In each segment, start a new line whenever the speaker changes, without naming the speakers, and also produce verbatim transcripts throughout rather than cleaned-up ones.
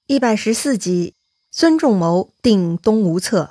一百十四集，孙仲谋定东吴策。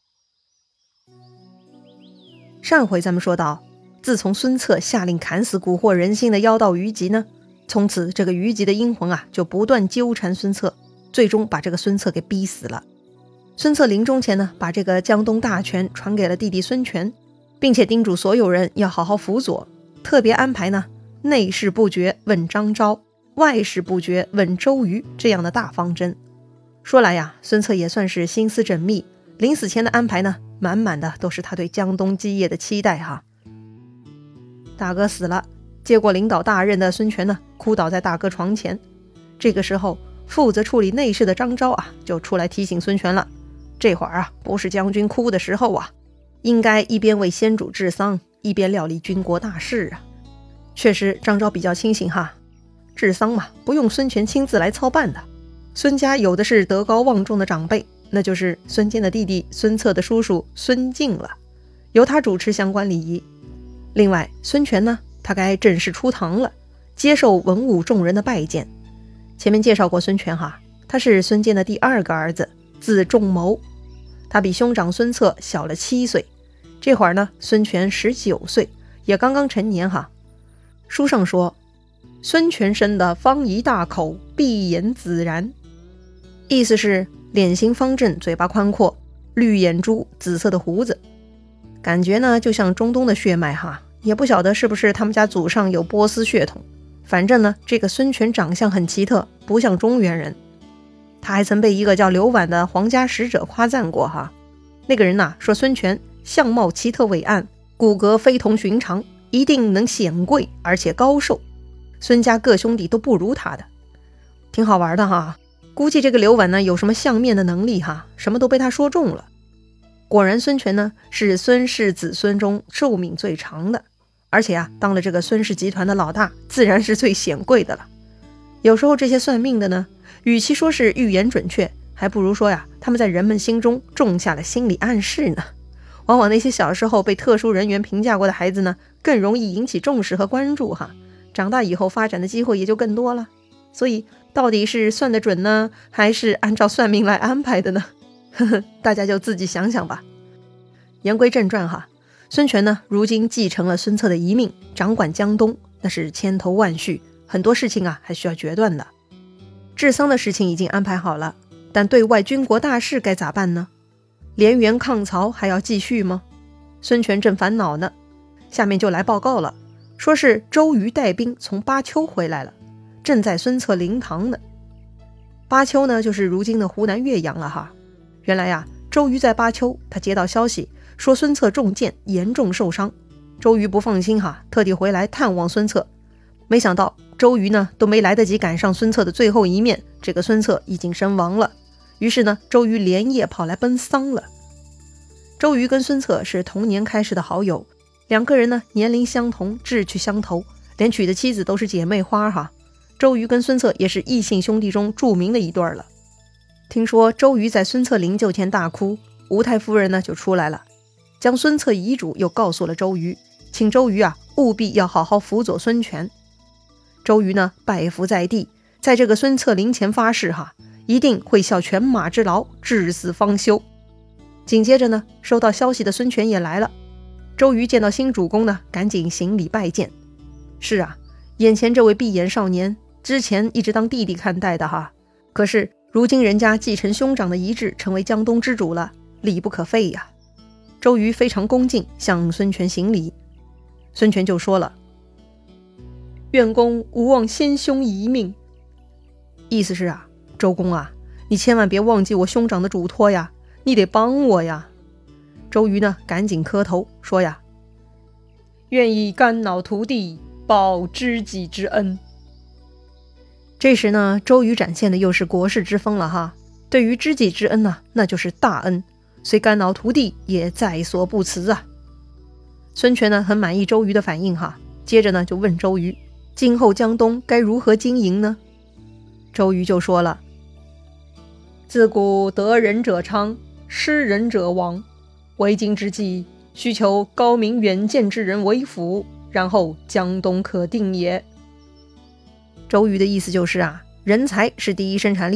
上回咱们说到，自从孙策下令砍死蛊惑人心的妖道虞吉呢，从此这个虞吉的阴魂啊就不断纠缠孙策，最终把这个孙策给逼死了。孙策临终前呢，把这个江东大权传给了弟弟孙权，并且叮嘱所有人要好好辅佐，特别安排呢内事不决问张昭，外事不决问周瑜这样的大方针。说来呀，孙策也算是心思缜密，临死前的安排呢，满满的都是他对江东基业的期待哈。大哥死了，接过领导大任的孙权呢，哭倒在大哥床前。这个时候，负责处理内事的张昭啊，就出来提醒孙权了，这会儿啊，不是将军哭的时候啊，应该一边为先主治丧，一边料理军国大事啊。确实，张昭比较清醒哈，治丧嘛，不用孙权亲自来操办的。孙家有的是德高望重的长辈，那就是孙坚的弟弟孙策的叔叔孙敬了，由他主持相关礼仪。另外，孙权呢，他该正式出堂了，接受文武众人的拜见。前面介绍过孙权哈，他是孙坚的第二个儿子，字仲谋，他比兄长孙策小了七岁。这会儿呢，孙权十九岁，也刚刚成年哈。书上说，孙权生的方仪大口，闭眼自然，意思是脸型方正，嘴巴宽阔，绿眼珠，紫色的胡子，感觉呢就像中东的血脉哈，也不晓得是不是他们家祖上有波斯血统。反正呢，这个孙权长相很奇特，不像中原人。他还曾被一个叫刘婉的皇家使者夸赞过哈，那个人呐、啊、说孙权相貌奇特伟岸，骨骼非同寻常，一定能显贵而且高寿，孙家各兄弟都不如他的。挺好玩的哈，估计这个刘婉呢有什么相面的能力哈，什么都被他说中了。果然孙权呢是孙氏子孙中寿命最长的，而且啊当了这个孙氏集团的老大，自然是最显贵的了。有时候这些算命的呢，与其说是预言准确，还不如说呀他们在人们心中种下了心理暗示呢。往往那些小时候被特殊人员评价过的孩子呢，更容易引起重视和关注哈，长大以后发展的机会也就更多了。所以到底是算得准呢，还是按照算命来安排的呢？呵呵，大家就自己想想吧。言归正传哈，孙权呢，如今继承了孙策的遗命，掌管江东，那是千头万绪，很多事情啊还需要决断的。治丧的事情已经安排好了，但对外军国大事该咋办呢？连袁抗曹还要继续吗？孙权正烦恼呢，下面就来报告了，说是周瑜带兵从巴丘回来了，正在孙策灵堂呢。巴丘呢，就是如今的湖南岳阳了哈。原来呀，周瑜在巴丘，他接到消息说孙策中箭，严重受伤。周瑜不放心哈，特地回来探望孙策。没想到周瑜呢，都没来得及赶上孙策的最后一面，这个孙策已经身亡了。于是呢，周瑜连夜跑来奔丧了。周瑜跟孙策是童年开始的好友，两个人呢年龄相同，志趣相投，连娶的妻子都是姐妹花哈。周瑜跟孙策也是异姓兄弟中著名的一对了。听说周瑜在孙策灵柩前大哭，吴太夫人呢就出来了，将孙策遗嘱又告诉了周瑜，请周瑜啊务必要好好辅佐孙权。周瑜呢拜伏在地，在这个孙策灵前发誓哈，一定会效犬马之劳，至死方休。紧接着呢，收到消息的孙权也来了。周瑜见到新主公呢，赶紧行礼拜见。是啊，眼前这位闭眼少年，之前一直当弟弟看待的哈，可是如今人家继承兄长的遗志，成为江东之主了，礼不可废呀。周瑜非常恭敬，向孙权行礼。孙权就说了，愿公无忘先兄遗命。意思是啊，周公啊，你千万别忘记我兄长的嘱托呀，你得帮我呀。周瑜呢赶紧磕头说呀，愿以肝脑涂地，报知己之恩。这时呢，周瑜展现的又是国士之风了哈，对于知己之恩呢、啊，那就是大恩，虽肝脑涂地也在所不辞啊。孙权呢很满意周瑜的反应哈，接着呢就问周瑜，今后江东该如何经营呢？周瑜就说了，自古得人者昌，失人者亡，为今之计，需求高明远见之人为辅，然后江东可定也。周瑜的意思就是啊，人才是第一生产力，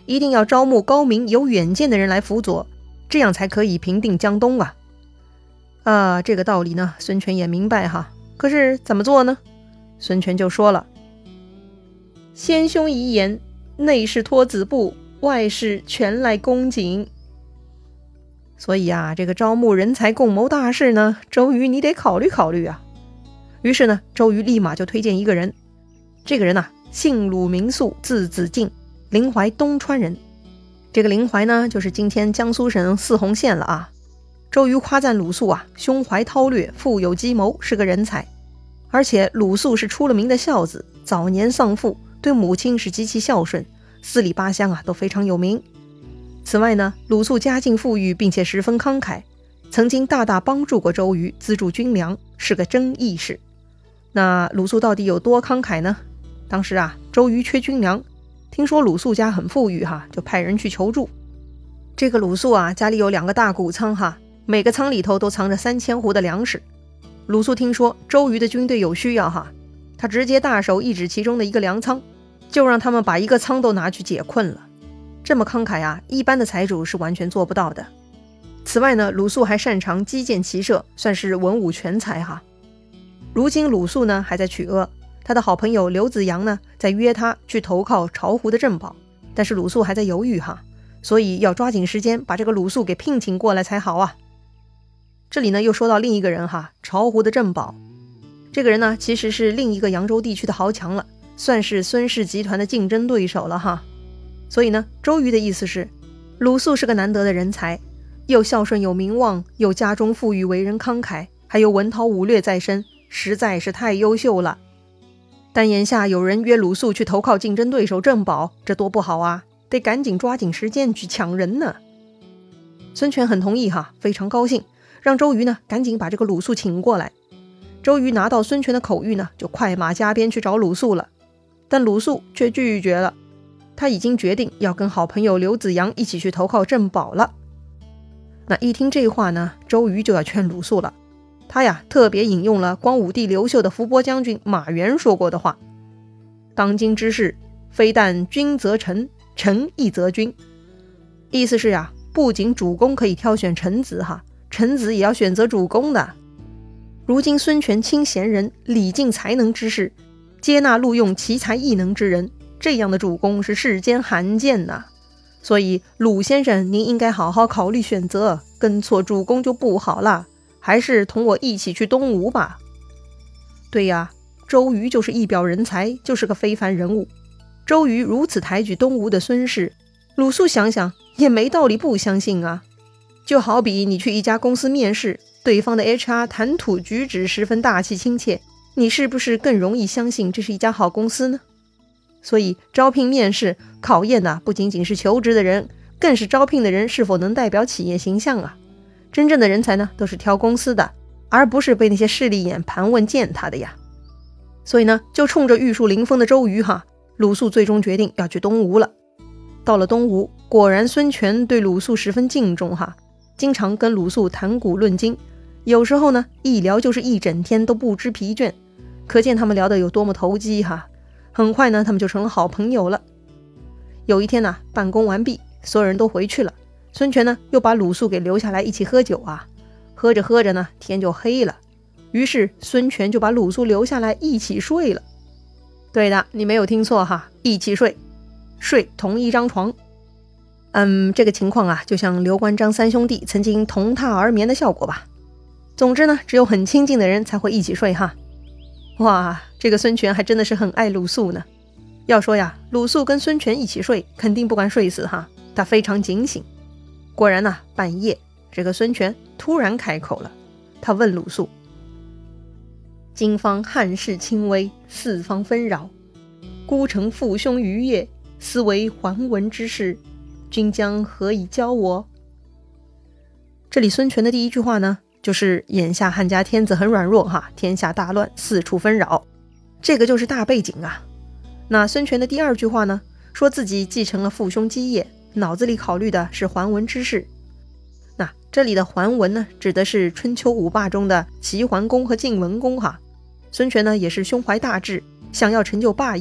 一定要招募高明有远见的人来辅佐，这样才可以平定江东啊。啊，这个道理呢，孙权也明白哈。可是怎么做呢？孙权就说了：先兄遗言，内事托子部，外事全赖公瑾。所以啊，这个招募人才共谋大事呢，周瑜你得考虑考虑啊。于是呢，周瑜立马就推荐一个人。这个人啊，姓鲁名肃，字子敬，临淮东川人。这个临淮呢，就是今天江苏省泗洪县了啊。周瑜夸赞鲁肃啊，胸怀韬略，富有计谋，是个人才。而且鲁肃是出了名的孝子，早年丧父，对母亲是极其孝顺，四里八乡啊都非常有名。此外呢，鲁肃家境富裕，并且十分慷慨，曾经大大帮助过周瑜，资助军粮，是个真义士。那鲁肃到底有多慷慨呢？当时啊，周瑜缺军粮，听说鲁肃家很富裕哈，就派人去求助。这个鲁肃啊，家里有两个大谷仓哈，每个仓里头都藏着三千斛的粮食。鲁肃听说周瑜的军队有需要哈，他直接大手一指其中的一个粮仓，就让他们把一个仓都拿去解困了。这么慷慨啊，一般的财主是完全做不到的。此外呢，鲁肃还擅长击剑骑射，算是文武全才哈。如今鲁肃呢还在曲阿，他的好朋友刘子扬呢在约他去投靠巢湖的郑宝，但是鲁肃还在犹豫哈，所以要抓紧时间把这个鲁肃给聘请过来才好啊。这里呢又说到另一个人哈，巢湖的郑宝。这个人呢其实是另一个扬州地区的豪强了，算是孙氏集团的竞争对手了哈。所以呢，周瑜的意思是，鲁肃是个难得的人才，又孝顺有名望，又家中富裕，为人慷慨，还有文韬武略在身，实在是太优秀了。但眼下有人约鲁肃去投靠竞争对手郑宝，这多不好啊，得赶紧抓紧时间去抢人呢。孙权很同意哈，非常高兴，让周瑜呢赶紧把这个鲁肃请过来。周瑜拿到孙权的口谕呢，就快马加鞭去找鲁肃了。但鲁肃却拒绝了，他已经决定要跟好朋友刘子扬一起去投靠郑宝了。那一听这话呢，周瑜就要劝鲁肃了。他呀特别引用了光武帝刘秀的伏波将军马援说过的话：当今之事，非但君则臣，臣亦则君。意思是呀，不仅主公可以挑选臣子哈，臣子也要选择主公的。如今孙权亲贤人，礼敬才能之士，接纳录用奇才异能之人，这样的主公是世间罕见呐。所以鲁先生您应该好好考虑选择，跟错主公就不好了，还是同我一起去东吴吧。对呀，周瑜就是一表人才，就是个非凡人物。周瑜如此抬举东吴的孙氏，鲁肃想想也没道理不相信啊。就好比你去一家公司面试，对方的 H R 谈吐举止十分大气亲切，你是不是更容易相信这是一家好公司呢？所以招聘面试考验的不仅仅是求职的人，更是招聘的人是否能代表企业形象啊。真正的人才呢，都是挑公司的，而不是被那些势利眼盘问践踏的呀。所以呢，就冲着玉树临风的周瑜哈，鲁肃最终决定要去东吴了。到了东吴，果然孙权对鲁肃十分敬重哈，经常跟鲁肃谈古论今，有时候呢一聊就是一整天都不知疲倦，可见他们聊得有多么投机哈。很快呢，他们就成了好朋友了。有一天呢，办公完毕，所有人都回去了，孙权呢又把鲁肃给留下来一起喝酒啊。喝着喝着呢，天就黑了，于是孙权就把鲁肃留下来一起睡了。对的，你没有听错哈，一起睡，睡同一张床。嗯，这个情况啊，就像刘关张三兄弟曾经同榻而眠的效果吧。总之呢，只有很亲近的人才会一起睡哈。哇，这个孙权还真的是很爱鲁肃呢。要说呀，鲁肃跟孙权一起睡，肯定不管睡死哈，他非常警醒。果然啊，半夜这个孙权突然开口了，他问鲁肃：今方汉室倾危，四方纷扰，孤城父兄余业，思为还文之事，君将何以教我？这里孙权的第一句话呢，就是眼下汉家天子很软弱哈，天下大乱，四处纷扰，这个就是大背景啊。那孙权的第二句话呢，说自己继承了父兄基业，脑子里考虑的是还文之事。那这里的还文呢，指的是春秋五霸中的齐桓公和晋文公哈。孙权呢也是胸怀大志，想要成就霸业，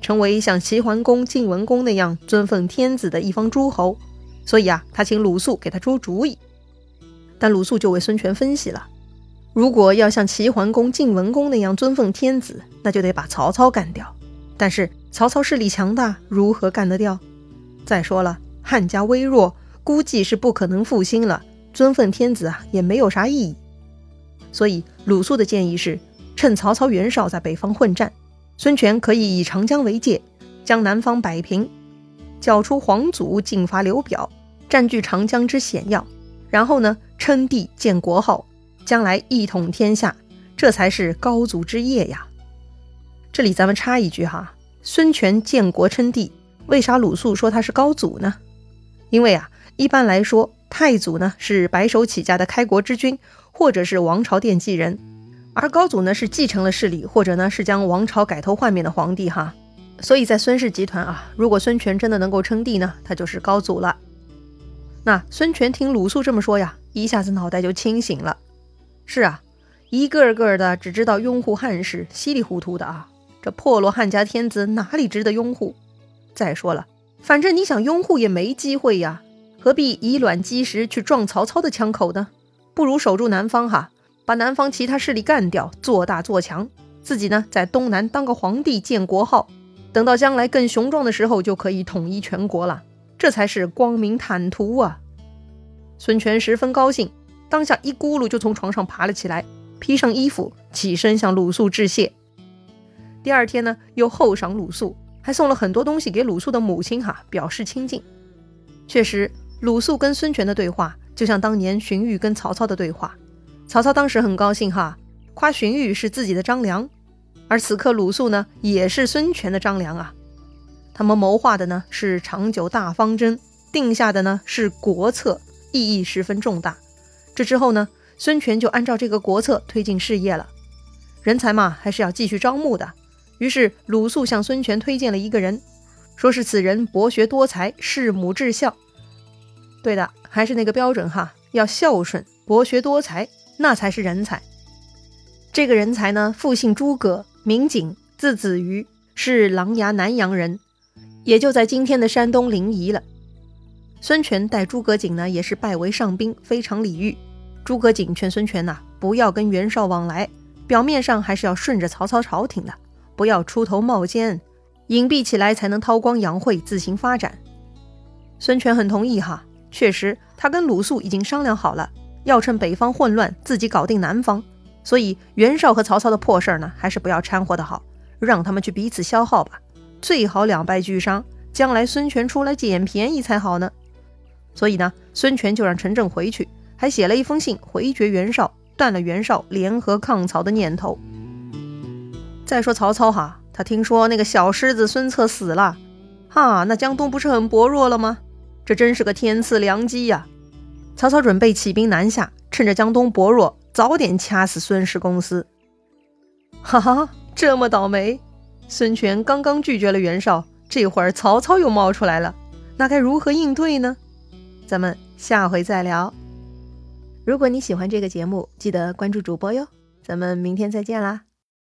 成为像齐桓公、晋文公那样尊奉天子的一方诸侯，所以啊，他请鲁肃给他出主意。但鲁肃就为孙权分析了，如果要像齐桓公、晋文公那样尊奉天子，那就得把曹操干掉。但是曹操势力强大，如何干得掉？再说了，汉家微弱，估计是不可能复兴了，尊奉天子啊，也没有啥意义。所以鲁肃的建议是，趁曹操、袁绍在北方混战，孙权可以以长江为界，将南方摆平，剿出黄祖，进伐刘表，占据长江之险要，然后呢，称帝建国号，将来一统天下，这才是高祖之业呀。这里咱们插一句哈，孙权建国称帝，为啥鲁肃说他是高祖呢？因为啊，一般来说，太祖呢是白手起家的开国之君，或者是王朝奠基人，而高祖呢是继承了势力，或者呢是将王朝改头换面的皇帝哈。所以在孙氏集团啊，如果孙权真的能够称帝呢，他就是高祖了。那孙权听鲁肃这么说呀，一下子脑袋就清醒了。是啊，一个个的只知道拥护汉室，稀里糊涂的啊，这破落汉家天子哪里值得拥护？再说了，反正你想拥护也没机会呀，何必以卵击石去撞曹操的枪口呢？不如守住南方哈，把南方其他势力干掉，做大做强，自己呢在东南当个皇帝，建国号，等到将来更雄壮的时候，就可以统一全国了，这才是光明坦途啊！孙权十分高兴，当下一咕噜就从床上爬了起来，披上衣服，起身向鲁肃致谢。第二天呢，又厚赏鲁肃，还送了很多东西给鲁肃的母亲哈，表示亲近。确实，鲁肃跟孙权的对话，就像当年荀彧跟曹操的对话。曹操当时很高兴哈，夸荀彧是自己的张良，而此刻鲁肃呢，也是孙权的张良啊。他们谋划的呢是长久大方针，定下的呢是国策，意义十分重大。这之后呢，孙权就按照这个国策推进事业了。人才嘛，还是要继续招募的。于是鲁肃向孙权推荐了一个人，说是此人博学多才，弑母至孝。对的，还是那个标准哈，要孝顺，博学多才，那才是人才。这个人才呢，父姓诸葛，名景，字子瑜，是琅琊南阳人，也就在今天的山东临沂了。孙权待诸葛瑾呢，也是拜为上宾，非常礼遇。诸葛瑾劝孙权呐、啊，不要跟袁绍往来，表面上还是要顺着曹操朝廷的，不要出头冒尖，隐蔽起来才能韬光养晦，自行发展。孙权很同意哈，确实他跟鲁肃已经商量好了，要趁北方混乱，自己搞定南方。所以袁绍和曹操的破事呢，还是不要掺和的好，让他们去彼此消耗吧，最好两败俱伤，将来孙权出来捡便宜才好呢。所以呢，孙权就让陈正回去，还写了一封信回绝袁绍，断了袁绍联合抗曹的念头。再说曹操哈，他听说那个小狮子孙策死了，哈，那江东不是很薄弱了吗？这真是个天赐良机呀！曹操准备起兵南下，趁着江东薄弱，早点掐死孙氏公司。哈哈，这么倒霉！孙权刚刚拒绝了袁绍，这会儿曹操又冒出来了，那该如何应对呢？咱们下回再聊。如果你喜欢这个节目，记得关注主播哟，咱们明天再见啦。